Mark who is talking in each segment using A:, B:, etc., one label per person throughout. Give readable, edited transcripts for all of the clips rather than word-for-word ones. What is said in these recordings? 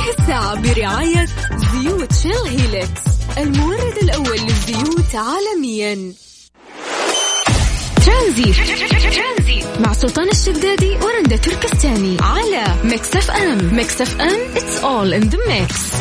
A: هذه الساعة برعاية زيوت شيل هيلكس، المورد الأول للزيوت عالميا. ترانزيت مع سلطان الشدادي ورندا تركستاني على ميكس اف ام. ميكس اف ام it's all in the mix.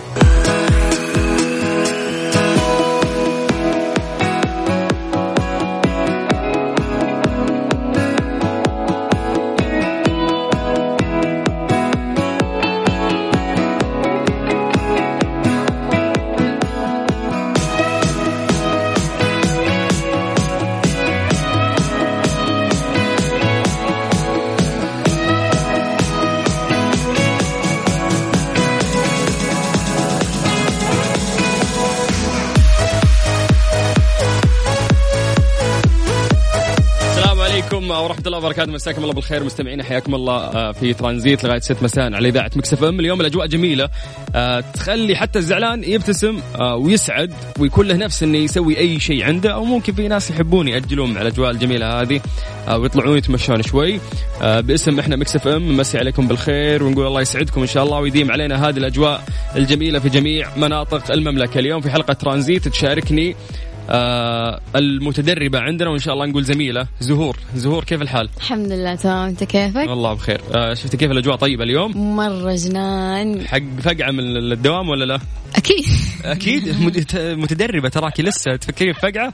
B: ورحمة الله وبركاته. مساكم الله بالخير مستمعين، حياكم الله في ترانزيت لغاية 6 مساء على إذاعة ميكس اف ام. اليوم الأجواء جميلة تخلي حتى الزعلان يبتسم ويسعد ويكون له نفس إنه يسوي أي شيء عنده، أو ممكن في ناس يحبون يأجلون مع الأجواء الجميلة هذه ويطلعون يتمشون شوي. باسم إحنا ميكس اف ام نمسي عليكم بالخير ونقول الله يسعدكم إن شاء الله ويديم علينا هذه الأجواء الجميلة في جميع مناطق المملكة. اليوم في حلقة ترانزيت تشاركني المتدربة عندنا وإن شاء الله نقول زميلة زهور كيف الحال؟
C: الحمد لله تمام، أنت كيفك؟
B: والله بخير. شفت كيف الأجواء طيبة اليوم؟
C: مرة جنان.
B: حق فقعة من الدوام ولا لا؟ أكيد متدربة تراكي لسه تفكري بفقعة؟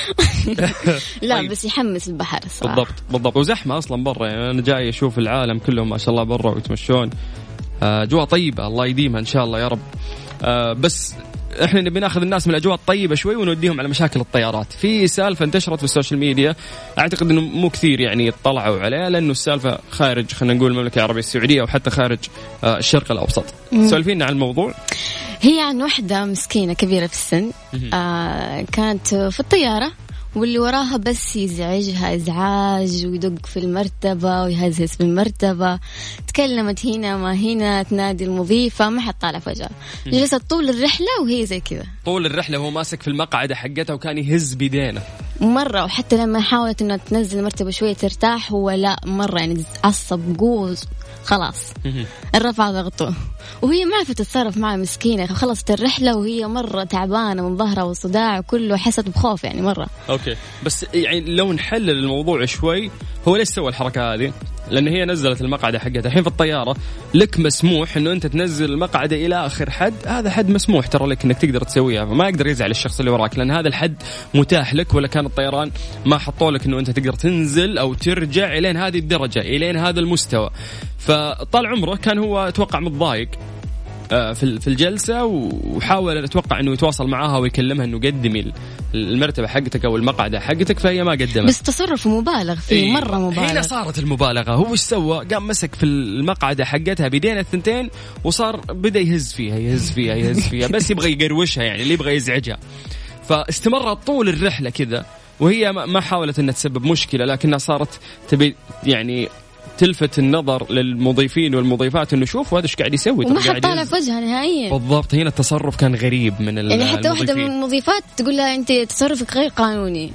C: لا طيب. بس يحمس البحر الصراحة.
B: بالضبط وزحمة أصلا برا، يعني أنا جاي أشوف العالم كلهم ما شاء الله برا ويتمشون. أجواء طيبة الله يديمها إن شاء الله يا رب. بس احنا نبي ناخذ الناس من الاجواء الطيبه شوي ونوديهم على مشاكل الطيارات. في سالفه انتشرت في السوشيال ميديا، اعتقد انه مو كثير يعني يطلعوا عليها لانه السالفه خارج خلينا نقول المملكه العربيه السعوديه او حتى خارج الشرق الاوسط. سولفينا عن الموضوع.
C: هي عن وحده مسكينه كبيره في السن، كانت في الطياره واللي وراها بس يزعجها إزعاج ويدق في المرتبة ويهزهز في المرتبة. تكلمت هنا ما هنا، تنادي المضيفة ما حد طالع فجأة. جلست طول الرحلة وهي زي كذا
B: طول الرحلة هو ماسك في المقعدة حقتها وكان يهز بيدينه
C: مرة. وحتى لما حاولت أنها تنزل المرتبة شوية ترتاح هو لا مرة يعني عصب قوز خلاص الرفع ضغطه، وهي ما عرفت تتصرف معه مسكينة. خلصت الرحلة وهي مرة تعبانة من ظهرها والصداع وكله، حست بخوف يعني مرة.
B: أوكي بس يعني لو نحلل الموضوع شوي، هو ليش سوى الحركة هذه؟ لأن هي نزلت المقعدة حقتها. الحين في الطيارة لك مسموح إنه أنت تنزل المقعدة إلى آخر حد، هذا حد مسموح ترى لك إنك تقدر تسويها، فما يقدر يزعل الشخص اللي وراك لأن هذا الحد متاح لك. ولا كان الطيران ما حطوا لك إنه أنت تقدر تنزل أو ترجع إلين هذه الدرجة إلين هذا المستوى. فطال عمره كان هو أتوقع متضايق في الجلسة، وحاول أتوقع أنه يتواصل معها ويكلمها أنه قدمي المرتبة حقتك أو المقعدة حقتك، فهي ما قدمت.
C: بس تصرف مبالغ فيه مرة مبالغ.
B: هنا صارت المبالغة. هو إيش سوى؟ قام مسك في المقعدة حقتها بيدين الثنتين وصار بدأ يهز فيها بس يبغى يقروشها يعني اللي يبغى يزعجها. فاستمرت طول الرحلة كذا وهي ما حاولت أنها تسبب مشكلة، لكنها صارت تبي يعني تلفت النظر للمضيفين والمضيفات انه شوفوا هذا ايش قاعد يسوي،
C: وما حد طالع في وجهها نهائيا.
B: بالضبط، هنا التصرف كان غريب من
C: يعني حتى واحدة من المضيفات تقول لها انت تصرفك غير قانوني،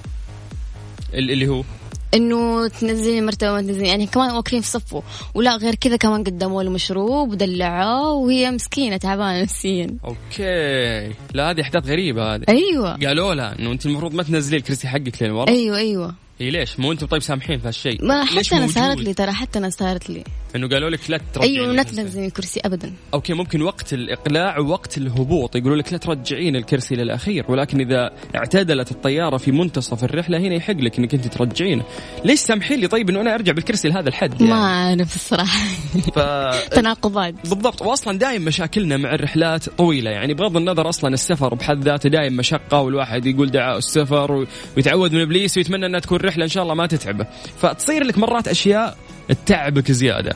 B: اللي هو
C: انه تنزلي مرتبه ما تنزلي، يعني كمان واقفين في صفه. ولا غير كذا كمان قدموا له مشروب ودلعوه وهي مسكينه تعبانه نفسيا.
B: اوكي لا هذه احداث غريبه هذه.
C: ايوه
B: قالوا لها انه انت المفروض ما تنزلي الكرسي حقك لين ورا.
C: ايوه
B: هي ليش مو انتم طيب سامحين في هالشيء؟
C: ما حتى انا صارت لي ترى، حتى انا صارت لي
B: انه قالوا لك لا ترجعين.
C: ايوه لا تنزلين الكرسي ابدا.
B: اوكي ممكن وقت الاقلاع ووقت الهبوط يقولوا لك لا ترجعين الكرسي للاخير، ولكن اذا اعتدلت الطياره في منتصف الرحله هنا يحق لك انك انت ترجعينه. ليش سامحين لي طيب انه انا ارجع بالكرسي لهذا الحد يعني؟
C: ما اعرف الصراحه. تناقضات
B: بالضبط. واصلا دائما مشاكلنا مع الرحلات طويله، يعني بغض النظر اصلا السفر بحد ذاته دائما مشقه، والواحد يقول دعاء السفر ويتعود من ابليس ويتمنى انها تكون رحله ان شاء الله ما تتعبه، فتصير لك مرات اشياء تتعبك زياده.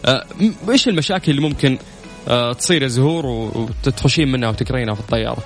B: ايش المشاكل اللي ممكن تصير زهور وتتخشين منها وتكرهينها في الطياره؟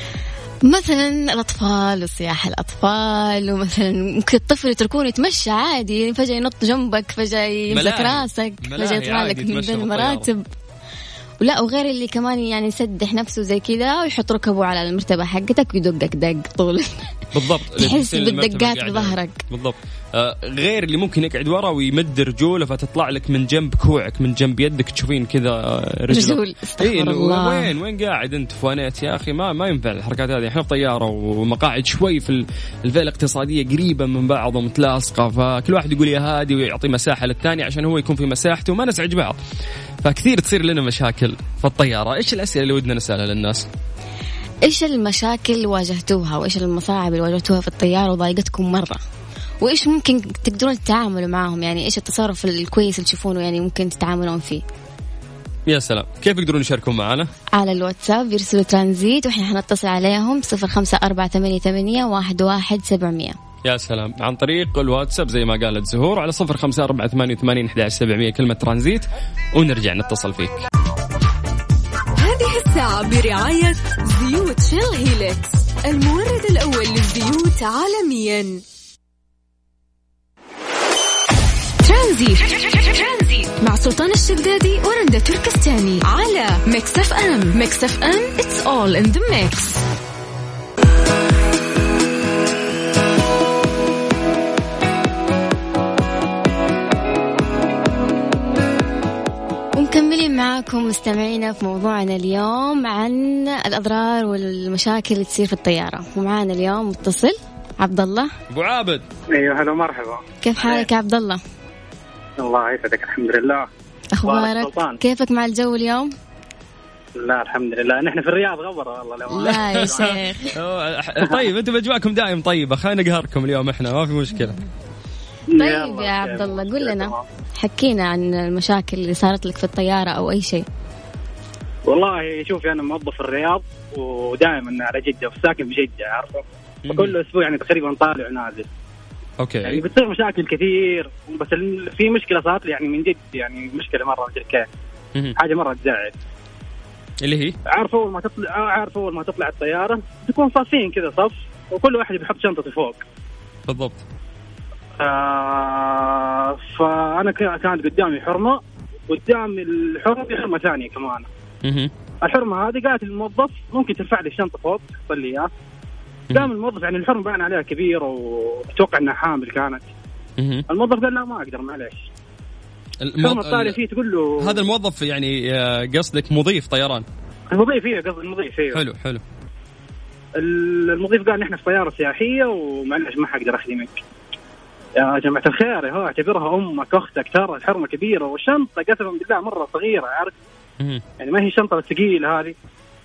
C: مثلا الأطفال وصياح الأطفال، ومثلا ممكن الطفل يتركونه يتمشى عادي فجأة ينط جنبك، فجأة يمسك راسك، فجأة يطلع لك من بين المراتب. ولا وغير اللي كمان يعني يسدح نفسه زي كذا ويحط ركبه على المرتبة حقتك ويدقك دق طول
B: بالضبط،
C: تحس بالدقات بظهرك.
B: بالضبط. غير اللي ممكن يقعد ورا ويمد رجوله فتطلع لك من جنب كوعك، من جنب يدك تشوفين كذا رجول. وين قاعد انت فوانيت يا اخي؟ ما ينفع الحركات هذه. احنا في طياره ومقاعد شوي في الفئه الاقتصاديه قريبه من بعض ومتلاصقه، فكل واحد يقول يا هادي ويعطي مساحه للثاني عشان هو يكون في مساحته وما نزعج بعض، فكثير تصير لنا مشاكل في الطياره. ايش الاسئله اللي ودنا نسالها للناس؟
C: ايش المشاكل اللي واجهتوها وايش المصاعب اللي واجهتوها في الطياره وضايقتكم مره، وايش ممكن تقدرون تتعاملوا معهم؟ يعني ايش التصرف الكويس اللي تشوفونه يعني ممكن تتعاملون فيه؟
B: يا سلام، كيف يقدرون يشاركون معنا؟
C: على الواتساب يرسلوا ترانزيت واحنا حنتصل عليهم 0548811700.
B: يا سلام، عن طريق الواتساب زي ما قالت زهور على 0548811700 كلمة ترانزيت ونرجع نتصل فيك.
A: هذه الساعة برعاية زيوت شيل هيلكس، المورد الأول للزيوت عالميا. ترانزيت مع سلطان الشدادي ورندا تركستاني على ميكس اف ام. ميكس اف ام it's all in the mix.
C: ومكملين معاكم مستمعينا في موضوعنا اليوم عن الأضرار والمشاكل اللي تصير في الطيارة. ومعانا اليوم متصل عبد الله.
B: أبو عابد.
D: ايوه هلا مرحبا.
C: كيف حالك يا عبد الله؟
D: الله يسعدك. الحمد لله.
C: أخبارك كيفك مع الجو اليوم؟
D: لا الحمد لله، نحن في الرياض غبر والله.
C: لا يا شيخ.
B: طيب انتم بأجواءكم دائم طيبة، خلينا نقهركم اليوم احنا، ما في مشكلة.
C: طيب يا عبد الله قل لنا، حكينا عن المشاكل اللي صارت لك في الطيارة أو أي شيء.
D: والله شوفي أنا موظف في الرياض ودائما على جدة وساكن بجدة، عارفة، فكل أسبوع يعني تقريبا طالع ونازل.
B: أوكي.
D: يعني بتصير مشاكل كثير، بس في مشكلة صارت لي يعني من جد، يعني مشكلة مرة كيف حاجة مرة تزعل.
B: اللي هي
D: عارفة أول ما تطلع الطيارة تكون صافين كذا صف وكل واحد بيحط شنطته فوق.
B: بالضبط.
D: فأنا كانت قدامي حرمة، قدام الحرمة في حرمة ثانية كمان. الحرمة هذه قالت الموظف ممكن ترفع لي الشنطة فوق تحط لي إياه. قام الموظف يعني الحرمة باين عليها كبيرة وأتوقع إنها حامل كانت. الموظف قال لا ما أقدر معلش. الحرمة الطالع فيه تقول له
B: هذا الموظف يعني قصدك مضيف طيران؟
D: المضيف فيه قصد المضيف فيه.
B: حلو.
D: المضيف قال نحن في طيارة سياحية ومعلش ما حقدر أخدمك. يا جماعة الخير هو اعتبرها أمك أختك، ترى الحرمة كبيرة والشنطة قسما بالله مرة صغيرة، عارف يعني ما هي شنطة ثقيلة هذه.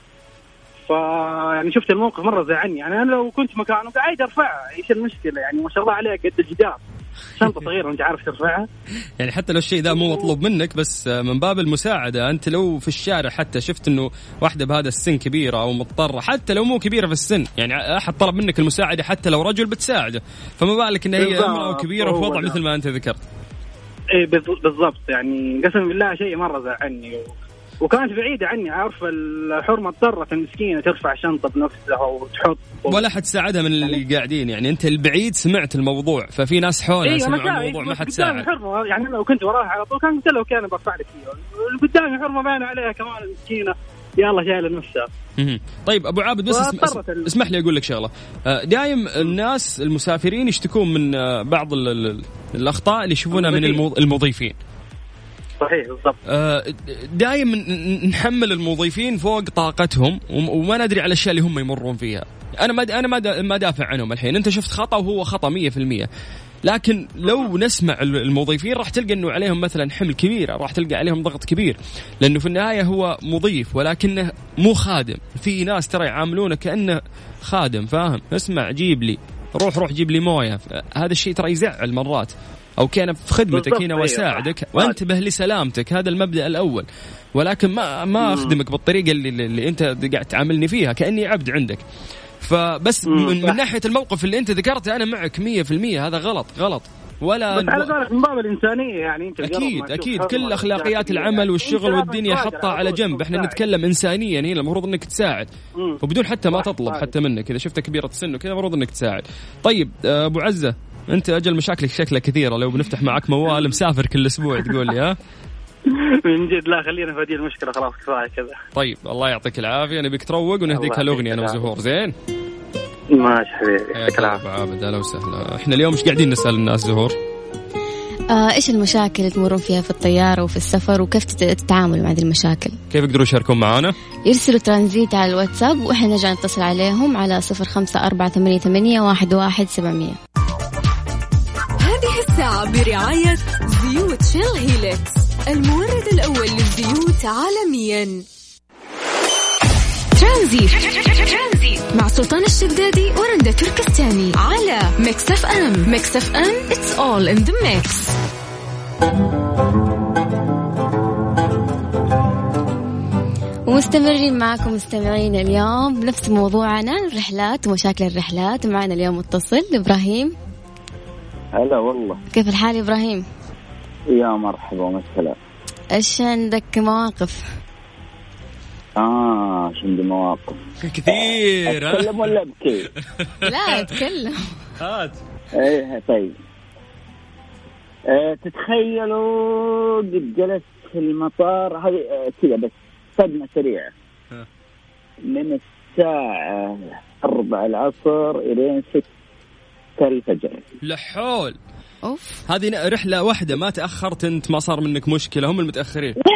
D: فيعني شفت الموقف مرة زعلني، يعني أنا لو كنت مكانه قاعد أرفعها، إيش المشكلة يعني ما شاء الله عليك قد الجدار، شنطة صغيرة أنت عارف ترفعها. يعني
B: حتى لو الشيء ذا مو مطلوب منك بس من باب المساعدة، أنت لو في الشارع حتى شفت إنه واحدة بهذا السن كبيرة أو مضطرة، حتى لو مو كبيرة في السن، يعني أحد طلب منك المساعدة حتى لو رجل بتساعده، فما بالك إن هي امرأة كبيرة في وضع مثل ما أنت ذكرت.
D: إيه بالضبط، يعني قسم بالله شيء مرة زعلني وكانت بعيدة عني، عارف الحرمة اضطرت المسكينة ترفع شنطة بنفسها وتحط
B: ولا حد ساعدها من اللي قاعدين، يعني أنت البعيد سمعت الموضوع ففي ناس حولها سمعوا الموضوع ما حد ساعد.
D: يعني لو كنت وراها على طول كان قلت له كان برفع لك فيه، اللي قدامي حرمة باين عليها كمان المسكينة يلا شايلة نفسها.
B: طيب أبو عابد بس اسمح لي أقول لك شغلة، دايم الناس المسافرين يشتكون من بعض الأخطاء اللي يشوفونها من المضيفين.
D: صحيح بالضبط.
B: دائما نحمل الموظفين فوق طاقتهم وما ندري على الأشياء اللي هم يمرون فيها. أنا ما دافع عنهم الحين، أنت شفت خطأ وهو خطأ 100%، لكن لو نسمع الموظفين راح تلقى أنه عليهم مثلا حمل كبير، راح تلقى عليهم ضغط كبير، لأنه في النهاية هو مضيف ولكنه مو خادم. في ناس ترى يعاملونه كأنه خادم، فاهم؟ اسمع جيب لي، روح جيب لي موية. هذا الشيء ترى يزعل مرات، أو كان في خدمتك هنا وساعدك وانتبه لسلامتك، هذا المبدأ الأول، ولكن ما أخدمك بالطريقة اللي أنت قاعد تعاملني فيها كأني عبد عندك. فبس من ناحية الموقف اللي أنت ذكرته أنا معك 100%، هذا غلط ولا
D: بس على ذلك من باب الإنسانية، يعني أنت
B: أكيد كل أخلاقيات العمل والشغل والدنيا حطها على جنب. إحنا نتكلم إنسانيا هنا، المفروض إنك تساعد وبدون حتى ما تطلب حتى منك، إذا شفتك كبيرة السن وكذا المفروض إنك تساعد. طيب أبو عزة، أنت أجل مشاكلك شكلها كثيرة، لو بنفتح معك موال مسافر كل أسبوع تقول لي ها؟
D: من جد لا خلينا في هذه المشكلة خلاص كفاية كذا.
B: طيب الله يعطيك العافية، نبيك تروق ونهديك هالأغنية أنا وزهور. زين
D: ماشي حبيبي، يعطيك العافية.
B: عابد أهلا وسهلا. إحنا اليوم مش قاعدين نسأل الناس زهور،
C: إيش المشاكل اللي تمرون فيها في الطيارة وفي السفر، وكيف تتعاملوا مع هذه المشاكل؟
B: كيف يقدروا يشاركون معنا؟
C: يرسلوا ترانزيت على الواتساب وإحنا نرجع نتصل عليهم على 0548811700.
A: هذه الساعة برعاية زيوت شيل هيلكس، المورد الأول للزيوت عالميا. ترانزيت مع سلطان الشدادي ورندا تركستاني على ميكس اف ام. ميكس اف ام it's all in the mix.
C: ومستمرين معكم مستمعين اليوم بنفس موضوعنا الرحلات ومشاكل الرحلات. معنا اليوم متصل إبراهيم.
E: هلا والله،
C: كيف الحال إبراهيم؟
E: يا مرحبا ومسهلا.
C: إيش عندك مواقف؟
E: عندي مواقف
B: كثير.
E: أتكلم ولا أبكي؟
C: لا أتكلم.
B: هات.
E: إيه طيب. تتخيلوا قد جلست في المطار هذه كذا بس صدمة سريعة من الساعة 4 العصر إلى 6 الفجر.
B: لحول.
C: أوف.
B: هذه رحلة واحدة، ما تأخرت أنت، ما صار منك مشكلة، هم المتأخرين.
E: لا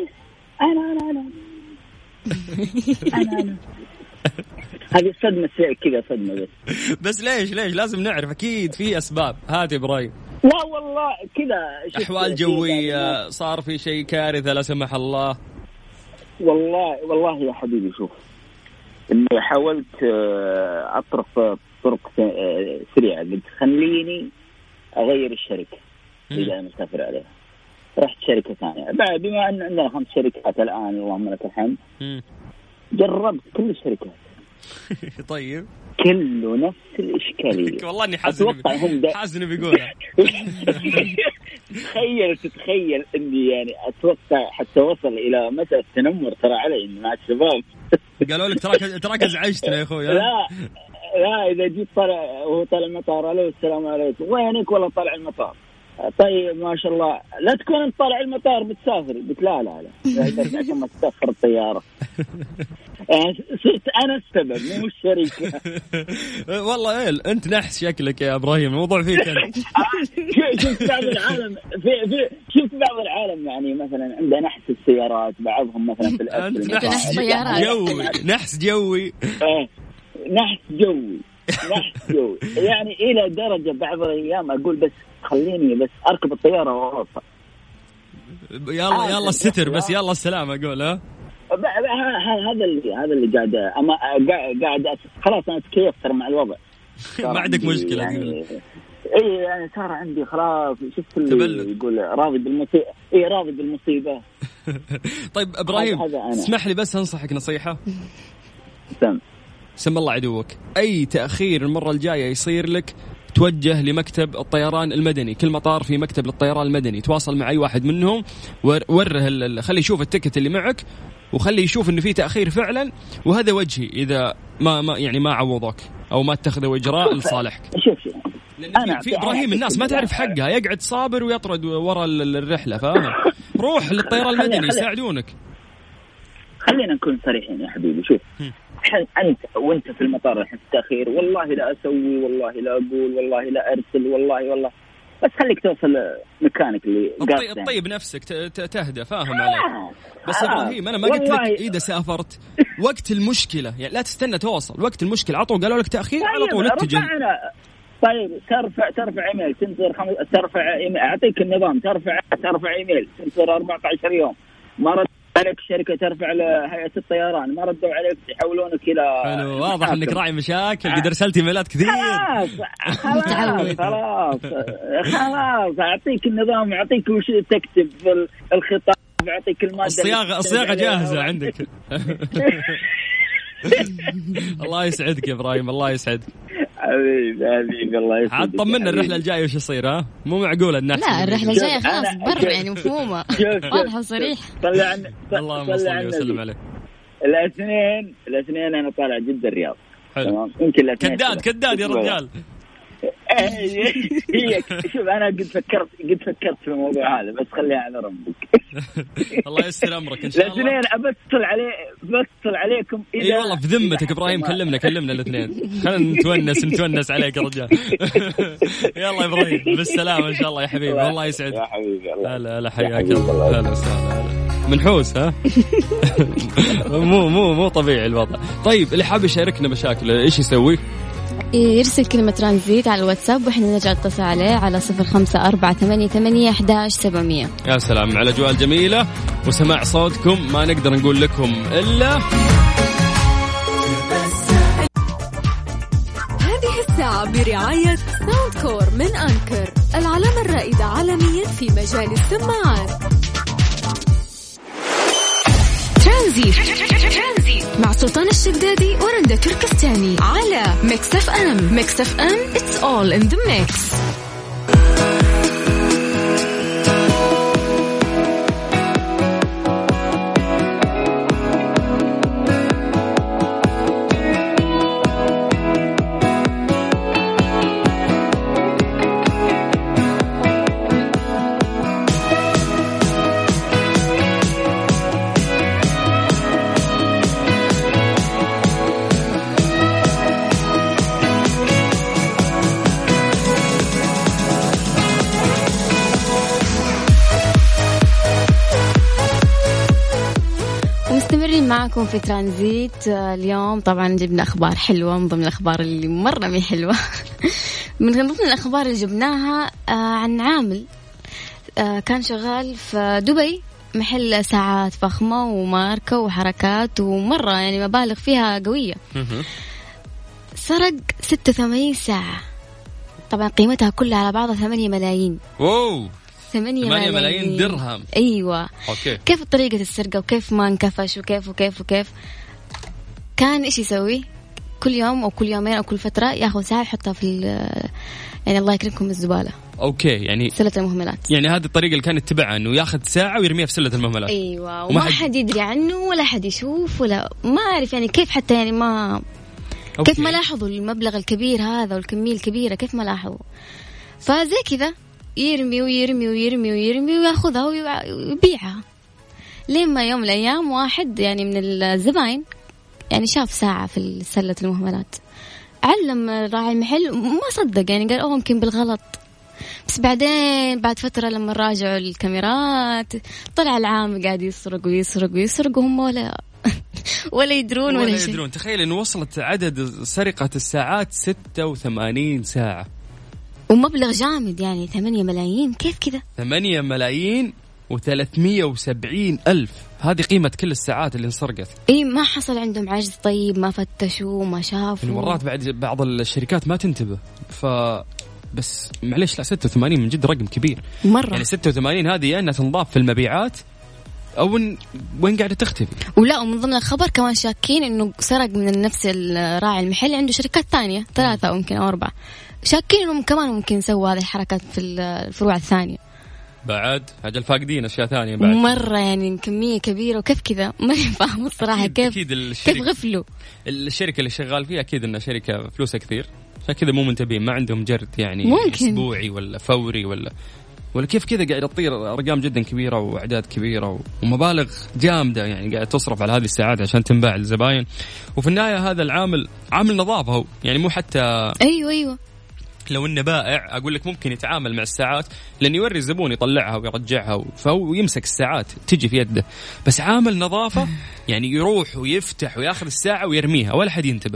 E: أنا هذه صدمة كذا صدمة
B: بس ليش لازم نعرف، أكيد في أسباب. هات إبراهيم.
E: لا والله كذا
B: أحوال جوية، صار في شيء كارثة لا سمح الله.
E: والله يا حبيبي شوف، إني حاولت أطرق طرق سريعة بتخليني أغير الشركة اللي أنا مسافر عليها. رحت شركة ثانية بما أن عندنا 5 شركات الآن اللهم لك الحمد. جربت كل الشركات.
B: طيب
E: كله نفس الإشكالية.
B: والله إني حازن بيقولها. تتخيل إني يعني أتوقع حتى وصل إلى مسألة تنمر ترى علي مع الشباب. قالوا لك تراك ازعجتنا يا أخوي.
E: لا إذا جيت طالع المطار، ألو السلام عليكم، وينك؟ والله طالع المطار. طيب ما شاء الله، لا تكون انت طالع المطار بتسافر. قلت لا عشان ما تتأخر الطيارة. صرت أنا السبب مو الشركة.
B: والله أنت نحس شكلك يا إبراهيم، الموضوع فيك أنت.
E: شفت بعض العالم شفت بعض العالم يعني مثلا عنده نحس السيارات، بعضهم مثلا في الأكل
B: نحس جوي.
E: نحس جوي يعني إلى درجة بعض الأيام أقول بس خليني بس أركب الطيارة وأوصل.
B: يلا الستر بس، يلا السلامة أقول. هذا
E: اللي قاعد خلاص أنا تكيفت مع الوضع.
B: ما عندك مشكلة
E: يعني. يعني صار عندي خلاص، شفت اللي يقول راضي بالمصيبة.
B: طيب إبراهيم، اسمح لي بس أنصحك نصيحة. سم الله عدوك، أي تأخير المرة الجاية يصير لك توجه لمكتب الطيران المدني. كل مطار في مكتب للطيران المدني، تواصل مع أي واحد منهم وره خلي يشوف التيكت اللي معك، وخلي يشوف إنه في تأخير فعلا، وهذا وجهي إذا ما عوضوك أو ما اتخذوا إجراء لصالحك.
E: شوف
B: في إبراهيم الناس ما تعرف حقها، يقعد صابر ويطرد ورا الرحلة، فاهم؟ روح للطيران المدني يساعدونك.
E: خلينا نكون صريحين يا حبيبي. شوف أنت وأنت في المطار الحين التأخير، والله لا أسوي، والله لا أقول، والله لا أرسل، والله بس خليك توصل مكانك اللي قاصد.
B: طيب نفسك تهدى، فاهم عليك؟ بس إبراهيم أنا ما قلت لك إذا سافرت وقت المشكلة يعني لا تستنى توصل وقت المشكلة، قالوا لك تأخير على طول اتجه.
E: طيب ترفع إيميل، تنتظر ترفع إيميل، أعطيك النظام، ترفع إيميل، تنتظر 14 يوم، ما رد عليك الشركة، ترفع لهيئة الطيران، ما ردوا عليك، يحولونك إلى.
B: حلو، واضح إنك راعي مشاكل، قد رسلت إيميلات كثير.
E: خلاص أعطيك النظام، أعطيك وش تكتب في الخطاب، أعطيك المادة،
B: الصياغة جاهزة عندك. الله يسعدك يا إبراهيم، الله يسعدك
E: حبيبي الله يسعدك.
B: عاد طمنا الرحلة الجاية وش يصير؟ ها مو معقولة الناس.
C: لا الرحلة الجاية خلاص بر يعني مفهومة واضحة وصريحة.
E: اللهم صل وسلم عليه. الاثنين أنا طالع جدة الرياض.
B: حلو. يمكن كداد يا رجال.
E: هي شوف أنا قد فكرت في الموضوع هذا، بس خليها على ربك.
B: الله يسر أمرك إن شاء الله.
E: الاثنين بتصل عليكم.
B: إيه والله بذمتك إبراهيم، كلمنا الاثنين، خلينا نتونس عليك يا رجال. يلا إبراهيم بالسلامة إن شاء الله يا حبيبي، والله يسعد.
E: يا حبيبي
B: لا حياك الله. هلا وسهلا. منحوس ها. مو طبيعي الوضع. طيب اللي حاب يشاركنا مشاكله إيش يسوي؟
C: يرسل كلمة ترانزيت على الواتساب وإحنا نرجع نتصل عليه على 0548811700.
B: يا سلام على أجواء جميلة وسماع صوتكم، ما نقدر نقول لكم إلا
A: هذه الساعة برعاية ساوند كور من أنكر، العلامة الرائدة عالميا في مجال السماعات. ترانزيت مع سلطان الشدادي ورندا تركستاني على ميكس اف ام. ميكس اف ام it's all in the mix.
C: معكم في ترانزيت. اليوم طبعا جبنا أخبار حلوة من ضمن الأخبار اللي مرة مي حلوة. من ضمن الأخبار اللي جبناها عن عامل كان شغال في دبي، محل ساعات فخمة وماركة وحركات ومرة يعني مبالغ فيها قوية. سرق 86 ساعة، طبعا قيمتها كلها على بعضها 8 ملايين.
B: واو،
C: 8
B: ملايين درهم.
C: أيوة.
B: أوكي.
C: كيف طريقة السرقة وكيف ما انكفش وكيف كان إيش يسوي؟ كل يوم أو كل يومين أو كل فترة يأخذ ساعة يحطها في يعني الله يكرمكم الزبالة.
B: أوكي، يعني
C: سلة المهملات.
B: يعني هذه الطريقة اللي كان يتبعها، إنه يأخذ ساعة ويرميها في سلة المهملات.
C: أيوة، وما حد يدري عنه ولا حد يشوف ولا ما أعرف يعني كيف، حتى يعني ما كيف ما لاحظوا المبلغ الكبير هذا والكمية الكبيرة، كيف ما لاحظوا. فزي كذا يرمي وياخذها ويبيعها، لما يوم من الأيام واحد يعني من الزباين يعني شاف ساعة في سلة المهملات، علم راعي المحل ما صدق، يعني قال يمكن بالغلط. بس بعدين بعد فترة لما راجعوا الكاميرات طلع العام قاعد يسرق وهم ولا يدرون ولا شيء.
B: تخيل إنه وصلت عدد سرقة الساعات 86 ساعة
C: ومبلغ جامد، يعني 8 ملايين. كيف كذا
B: 8 ملايين و370 ألف، هذه قيمة كل الساعات اللي انسرقت.
C: اي ما حصل عندهم عجز، طيب ما فتشوا ما شافوا.
B: مرات بعض الشركات ما تنتبه، بس معليش، لا 86 من جد رقم كبير مرة. يعني 86 هذه يا انها تنضاف في المبيعات او وين قاعدة تختفي.
C: ومن ضمن الخبر كمان شاكين انه سرق من نفس الراعي المحل، عنده شركات تانية 3 أو يمكن 4، شاكين انهم كمان ممكن يسووا هذه الحركات في الفروع الثانية.
B: بعد هجل فاقدين اشياء ثانيه بعد
C: مره، يعني كميه كبيره، وكيف كذا ما فاهم الصراحه. كيف غفلوا
B: الشركه اللي شغال فيها؟ اكيد انها شركه فلوسها كثير، عشان كذا مو منتبهين، ما عندهم جرد يعني
C: ممكن
B: اسبوعي ولا فوري ولا كيف كذا قاعد تطير ارقام جدا كبيره واعداد كبيره ومبالغ جامده، يعني قاعد تصرف على هذه الساعات عشان تنباع للزباين. وفي النهايه هذا العامل عامل نظافه هو، يعني مو حتى
C: ايوه
B: لو انه بائع اقول لك ممكن يتعامل مع الساعات لان يوري الزبون يطلعها ويرجعها، فهو يمسك الساعات تجي في يده، بس عامل نظافه يعني يروح ويفتح وياخذ الساعه ويرميها ولا حد ينتبه.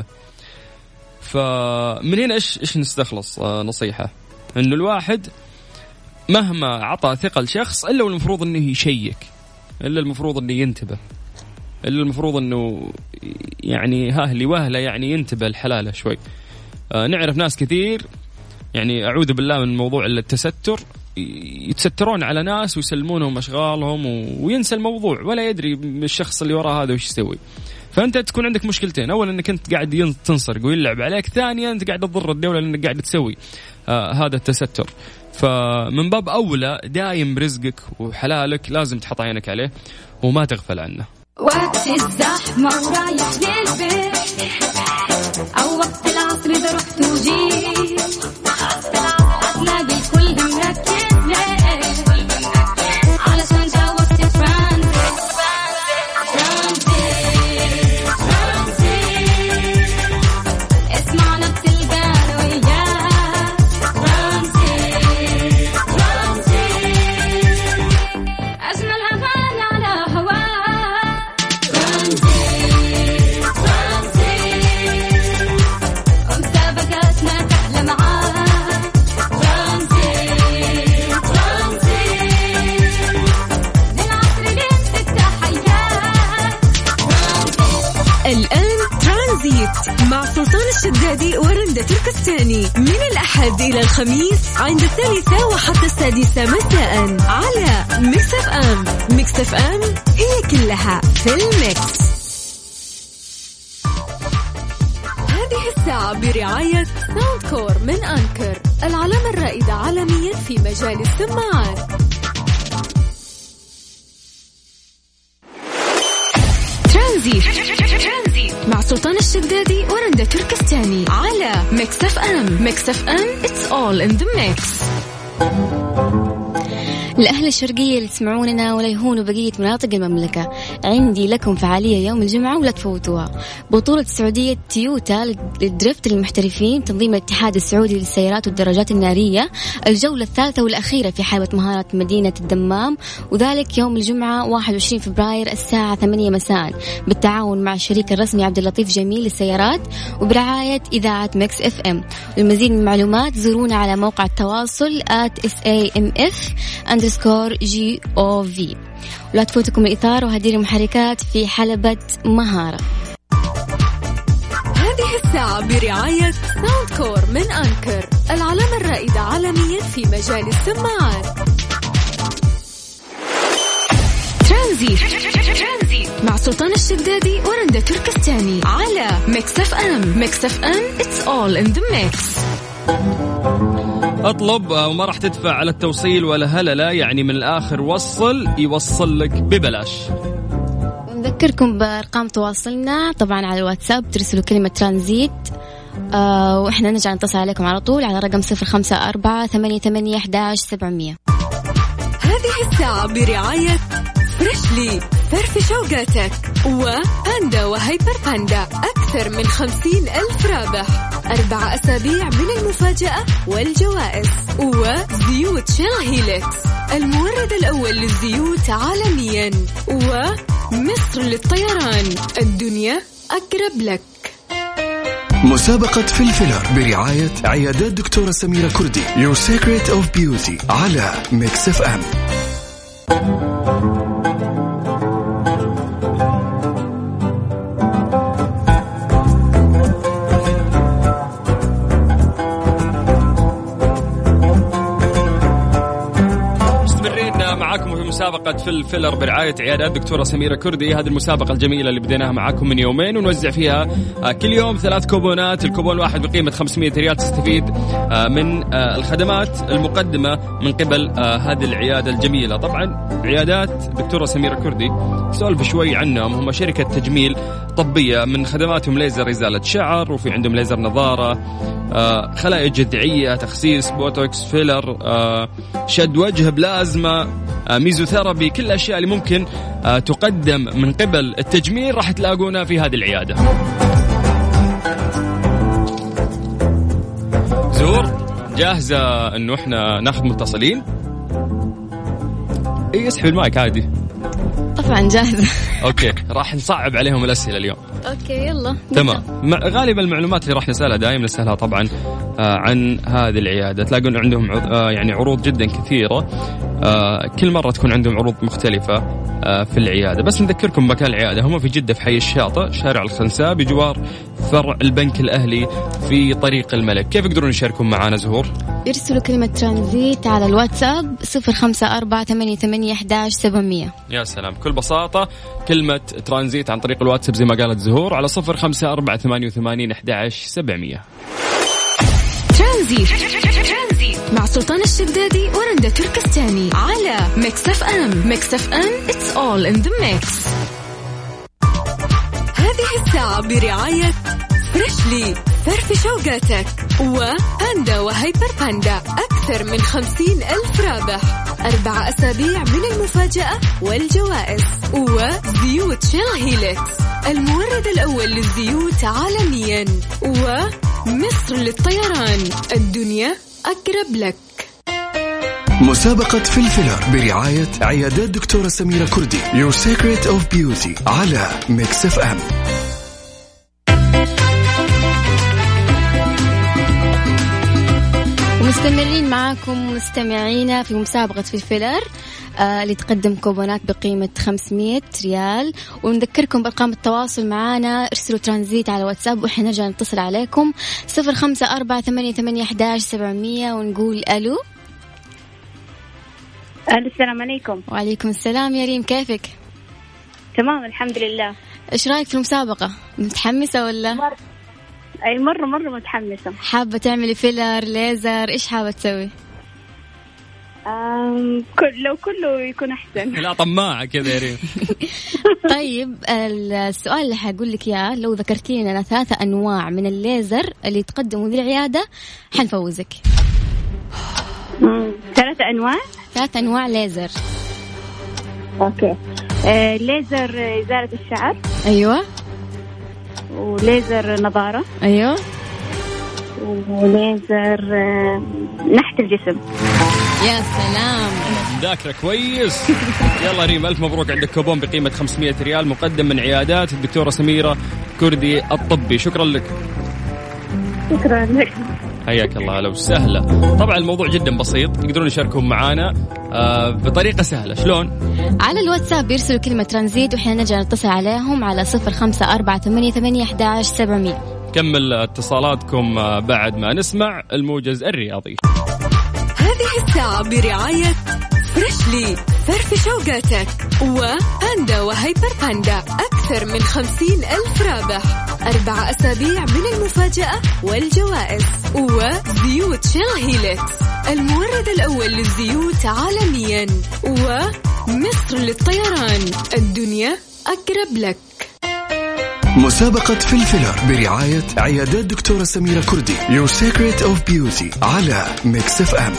B: فمن هنا ايش نستخلص نصيحه، انه الواحد مهما عطى ثقه لشخص الا والمفروض انه يشيك، الا المفروض انه ينتبه، الا المفروض انه يعني اللي وهله يعني ينتبه الحلاله شوي. نعرف ناس كثير يعني أعوذ بالله من موضوع التستر، يتسترون على ناس ويسلمونهم أشغالهم وينسى الموضوع ولا يدري الشخص اللي وراء هذا وش يسوي. فأنت تكون عندك مشكلتين، أولا أنك أنت قاعد تنسرق ويلعب عليك، ثانيا أنت قاعد تضر الدولة لأنك قاعد تسوي هذا التستر. فمن باب أولى دايم برزقك وحلالك لازم تحط عينك عليه وما تغفل عنه.
A: وقت الزحمة ورايح للبيت أو وقت العصر إذا رحت وجيت هتلاقي الكل مركز ليه علشان جا وقت ترانزيت. اسمع نفس القال وياك ترانزيت أجمل أغاني على هواك ترانزيت ومسابقاتنا تحلى معاك ترانزيت للعصر لين التحيات.
F: الآن ترانزيت مع سلطان الشدادي ورندة تركستاني من الأحد إلى الخميس عند 3 وحتى 6 مساء على ميكس اف ام. ميكس اف ام هي كلها في الميكس. هذه الساعة برعاية ساوند كور من أنكر، العلامة الرائدة عالميا في مجال السماعات.
A: ترانزيت مع سلطان الشدادي ورندة تركستاني على ميكس اف ام. ميكس اف ام it's all in the mix.
C: الأهل الشرقية اللي تسمعوننا ولا يهونوا بقية مناطق المملكة، عندي لكم فعالية يوم الجمعة ولا تفوتوها. بطولة سعودية تويوتا للدريفت للمحترفين، تنظيم الاتحاد السعودي للسيارات والدراجات النارية، الجولة الثالثة والأخيرة في حلبة مهارة مدينة الدمام، وذلك يوم الجمعة 21 فبراير الساعة 8 مساء بالتعاون مع الشريك الرسمي عبد اللطيف جميل للسيارات وبرعاية إذاعة ميكس اف ام. للمزيد من المعلومات زورونا على موقع التواصل @samf_gov. ولا تفوتكم الإثارة وهدير المحركات في حلبة مهارة.
F: هذه الساعة برعاية ساوند كور من أنكر، العلامة الرائدة عالميا في مجال السماعات.
A: ترانزيت مع سلطان الشدادي ورندة تركستاني على ميكس اف ام. ميكس اف ام it's all in the mix.
B: اطلب وما راح تدفع على التوصيل ولا هلا، يعني من الآخر وصل يوصل لك ببلاش.
C: نذكركم بأرقام تواصلنا طبعا على الواتساب، ترسلوا كلمة ترانزيت وإحنا نرجع نتصل عليكم على طول على رقم 0548811700.
F: هذه الساعة برعاية فريشلي، فرف شوقاتك، وباندا وهيبر باندا، أكثر من 50,000 رابح، 4 أسابيع من المفاجأة والجوائز، وزيوت شيل هيلكس المورد الأول للزيوت عالميا، ومصر للطيران، الدنيا أقرب لك.
G: مسابقة فلفلر برعاية عيادات دكتورة سميرة كردي Your Secret of Beauty على ميكس اف ام.
B: معاكم في مسابقة فلفلر برعاية عيادات دكتورة سميرة كردي. هذه المسابقة الجميلة اللي بديناها معاكم من يومين، ونوزع فيها كل يوم 3 كوبونات. الكوبون الواحد بقيمة 500 ريال، تستفيد من الخدمات المقدمة من قبل هذه العيادة الجميلة. طبعا عيادات دكتورة سميرة كردي سولف شوي عنهم، هم شركة تجميل طبية، من خدماتهم ليزر إزالة شعر، وفي عندهم ليزر نظارة، خلايا جذعية، تخسيس، بوتوكس، فيلر، شد وجه بلازما، ميزوثيرابي، كل الأشياء اللي ممكن تقدم من قبل التجميل راح تلاقونها في هذه العيادة. زهور جاهزة انه احنا ناخذ متصلين؟ اي اسحب المايك عادي.
C: طبعا جاهزة.
B: اوكي راح نصعب عليهم الأسئلة اليوم.
C: اوكي يلا
B: تمام. غالبا المعلومات اللي راح نسألها دائما نسألها طبعا عن هذه العيادة. تلاقون عندهم يعني عروض جدا كثيرة، كل مرة تكون عندهم عروض مختلفة في العيادة. بس نذكركم مكان العيادة، هم في جدة في حي الشاطئ، شارع الخنساء، بجوار فرع البنك الأهلي في طريق الملك. كيف يقدرون يشاركون معنا زهور؟
C: يرسلوا كلمة ترانزيت على الواتساب 0548811700.
B: يا سلام، بكل بساطة كلمة ترانزيت عن طريق الواتساب زي ما قالت زهور على 0548811700.
A: ترانزيت مع سلطان الشدادي ورندة تركستاني على ميكس اف ام. ميكس اف ام it's all in the mix.
F: هذه الساعة برعاية فريشلي فرف شوقاتك وباندا وهيبر باندا أكثر من 50,000 رابح 4 أسابيع من المفاجأة والجوائز وزيوت شيل هيلكس المورد الأول للزيوت عالميا ومصر للطيران الدنيا أقرب لك.
G: مسابقة فلفلة برعاية عيادات دكتورة سميرة كردي Your Secret of Beauty على ميكس اف ام.
C: ومستمرين معاكم مستمعينا في مسابقة فلفلر اللي تقدم كوبونات بقيمة 500 ريال. ونذكركم بأرقام التواصل معنا، ارسلوا ترانزيت على واتساب وإحنا نرجع نتصل عليكم 0548811700 ونقول ألو.
H: السلام عليكم.
C: وعليكم السلام يا ريم، كيفك؟
H: تمام الحمد لله.
C: إيش رأيك في المسابقة؟ متحمسة ولا؟
H: مرة متحمسة.
C: حابة تعملي فيلر ليزر، إيش حابة تسوي؟
H: لو كله يكون أحسن.
B: لا طماعة كذا يا ريم.
C: طيب السؤال اللي حقول لك إياه، لو ذكرتي لنا 3 أنواع من الليزر اللي تقدموا ذي العيادة حنفوزك.
H: 3 أنواع؟
C: 3 أنواع ليزر.
H: أوكي. ليزر إزالة الشعر.
C: أيوة.
H: وليزر نظارة.
C: أيوة.
H: وليزر نحت الجسم.
C: يا سلام،
B: ذاكرة كويس. يلا ريم، ألف مبروك، عندك كوبون بقيمة 500 ريال مقدم من عيادات الدكتورة سميرة كردي الطبي. شكرا لك.
H: شكرا لك.
B: حياك الله. لو سهلة. طبعا الموضوع جدا بسيط، تقدرون يشاركون معنا بطريقة سهلة. شلون؟
C: على الواتساب يرسلوا كلمة ترانزيت وإحنا نرجع نتصل عليهم على 0548811700.
B: كمل اتصالاتكم بعد ما نسمع الموجز الرياضي.
F: هذه الساعة برعاية فريشلي فرف شوقاتك وباندا وهيبر باندا أكثر من 50,000 رابح 4 أسابيع من المفاجأة والجوائز وزيوت شيل هيلكس المورد الأول للزيوت عالميا ومصر للطيران الدنيا أقرب لك.
G: مسابقة فلفلة برعاية عيادات دكتورة سميرة كردي Your Secret of Beauty على ميكس اف ام.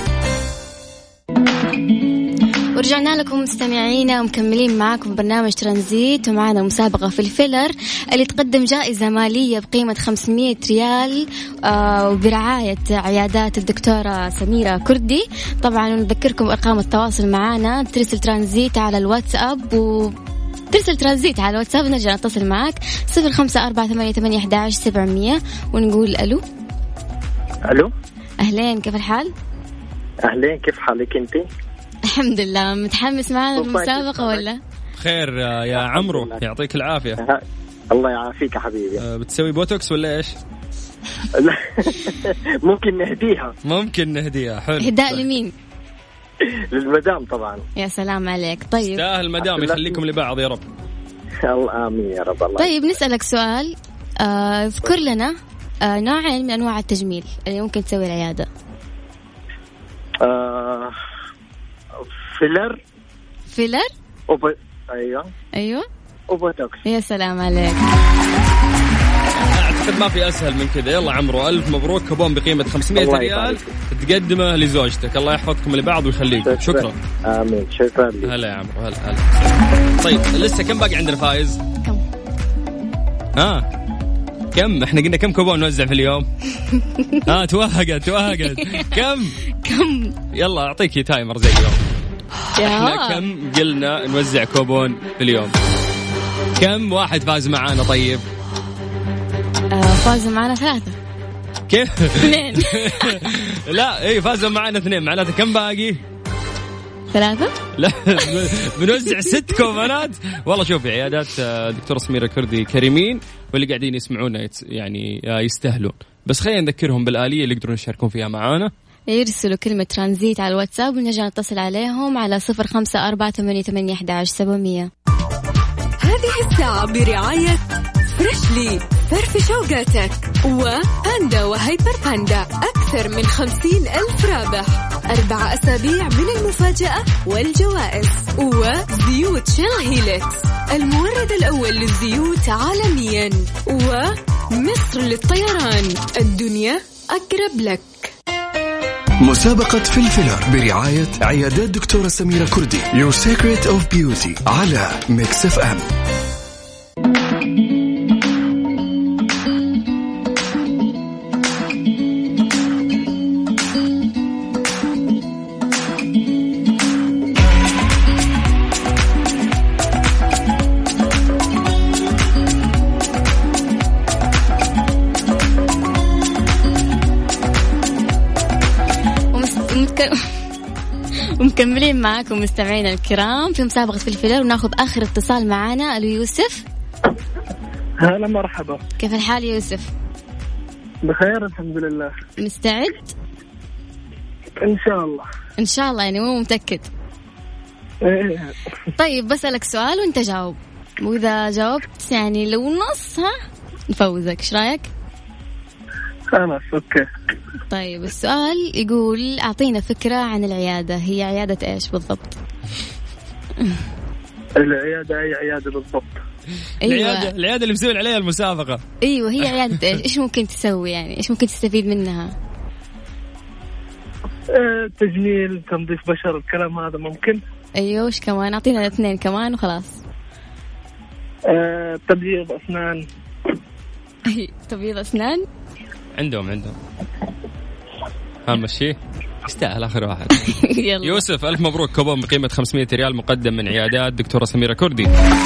C: ورجعنا لكم مستمعينا ومكملين معاكم برنامج ترانزيت، ومعنا مسابقة في الفيلر اللي تقدم جائزة مالية بقيمة 500 ريال وبرعاية عيادات الدكتورة سميرة كردي. طبعا نذكركم أرقام التواصل معنا، ترسل ترانزيت على الواتساب ترسل ترانزيت على الواتساب نرجع نتصل معك 0548811700 ونقول ألو.
I: ألو.
C: أهلين، كيف الحال؟
I: أهلين، كيف حالك أنت؟
C: الحمد لله. متحمس معنا في المسابقة ولا؟
B: خير يا عمرو، يعطيك العافية.
I: الله يعافيك يا حبيبي.
B: بتسوي بوتوكس ولا إيش؟
I: ممكن نهديها.
B: حلو.
C: إهداء لمين؟
I: للمدام طبعا.
C: يا سلام عليك. طيب
B: تستاهل المدام، يخليكم لبعض يا رب.
I: الله آمين يا رب. الله.
C: طيب نسألك سؤال، اذكر لنا نوعين من أنواع التجميل اللي ممكن تسوي العيادة. فيلر.
I: أيوة. وبوتوكس.
C: يا سلام عليك.
B: أعتقد ما في أسهل من كذا. يلا عمرو، ألف مبروك، كوبون بقيمة 500 ريال تقدمه لزوجتك. الله يحفظكم لبعض ويخليكم. شكرا.
I: آمين. شكرا لك.
B: هلا يا عمرو. هلا. طيب لسه كم باقي عندنا فايز؟ كم؟ احنا قلنا كم كوبون نوزع في اليوم؟ توهقت. كم؟ يلا أعطيكي تايمر زي اليوم. احنا كم قلنا نوزع كوبون في اليوم؟ كم واحد فاز معانا؟ طيب
C: فازوا معنا 3.
B: كيف؟
C: 2.
B: لا فازوا معانا 2، معناته كم باقي؟
C: 3.
B: لا بنوزع 6 كوبونات. والله شوفي، عيادات دكتورة سميرة كردي كريمين، واللي قاعدين يسمعونا يعني يستاهلون. بس خلينا نذكرهم بالآلية اللي يقدرون يشاركون فيها معانا.
C: يرسلوا كلمة ترانزيت على الواتساب ونرجع نتصل عليهم على 0548811700.
F: هذه الساعة برعاية فريشلي فرف شوقاتك وباندا وهيبر باندا أكثر من 50,000 رابح 4 أسابيع من المفاجأة والجوائز. وزيوت شيل هيلكس المورد الأول للزيوت عالميا. ومصر للطيران، الدنيا أقرب لك.
G: مسابقة فلفلر برعاية عيادات دكتورة سميرة كردي. Your Secret of Beauty على ميكس اف ام.
C: ومكملين معاكم مستمعينا الكرام في مسابقة فلفلر، وناخذ آخر اتصال معانا. ألو يوسف.
J: هلا مرحبا،
C: كيف الحال يا يوسف؟
J: بخير الحمد لله.
C: مستعد؟
J: إن شاء الله.
C: إن شاء الله يعني مو متأكد؟
J: إيه.
C: طيب بسألك سؤال وأنت جاوب، وإذا جاوبت يعني لو نص نفوزك، إيش رأيك؟
J: خلاص أوكي.
C: طيب السؤال يقول أعطينا فكرة عن العيادة، هي عيادة إيش بالضبط؟
J: العيادة أي عيادة بالضبط؟
C: أيوة.
B: العيادة اللي مسوين عليها المسابقة.
C: أيوة هي عيادة إيش؟ إيش ممكن تسوي يعني؟ إيش ممكن تستفيد منها؟
J: تجميل، تنظيف بشر، الكلام هذا ممكن.
C: أيوة وش كمان؟ أعطينا 2 كمان وخلاص.
J: تبييض أسنان.
C: تبييض أسنان
B: عندهم هالمشي يستاهل آخر واحد. يوسف ألف مبروك، كوبون بقيمة 500 ريال مقدم من عيادات دكتورة سميرة كردي.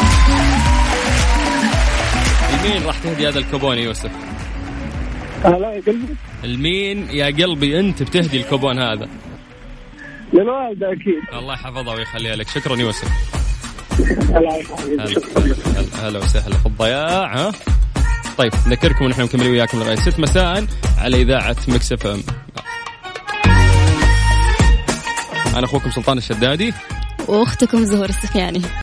B: المين راح تهدي هذا الكوبون يا يوسف؟
J: لا يا قلبي.
B: المين يا قلبي أنت بتهدي الكوبون هذا؟
J: للوالدة أكيد.
B: الله يحفظها ويخليها لك. شكرا يوسف. هلا وسهلا في الضياع. ها طيب نذكركم نحن مكملين وياكم لغاية 6 مساء على إذاعة ميكس اف ام. أنا أخوكم سلطان الشدادي
C: وأختكم زهور السفياني.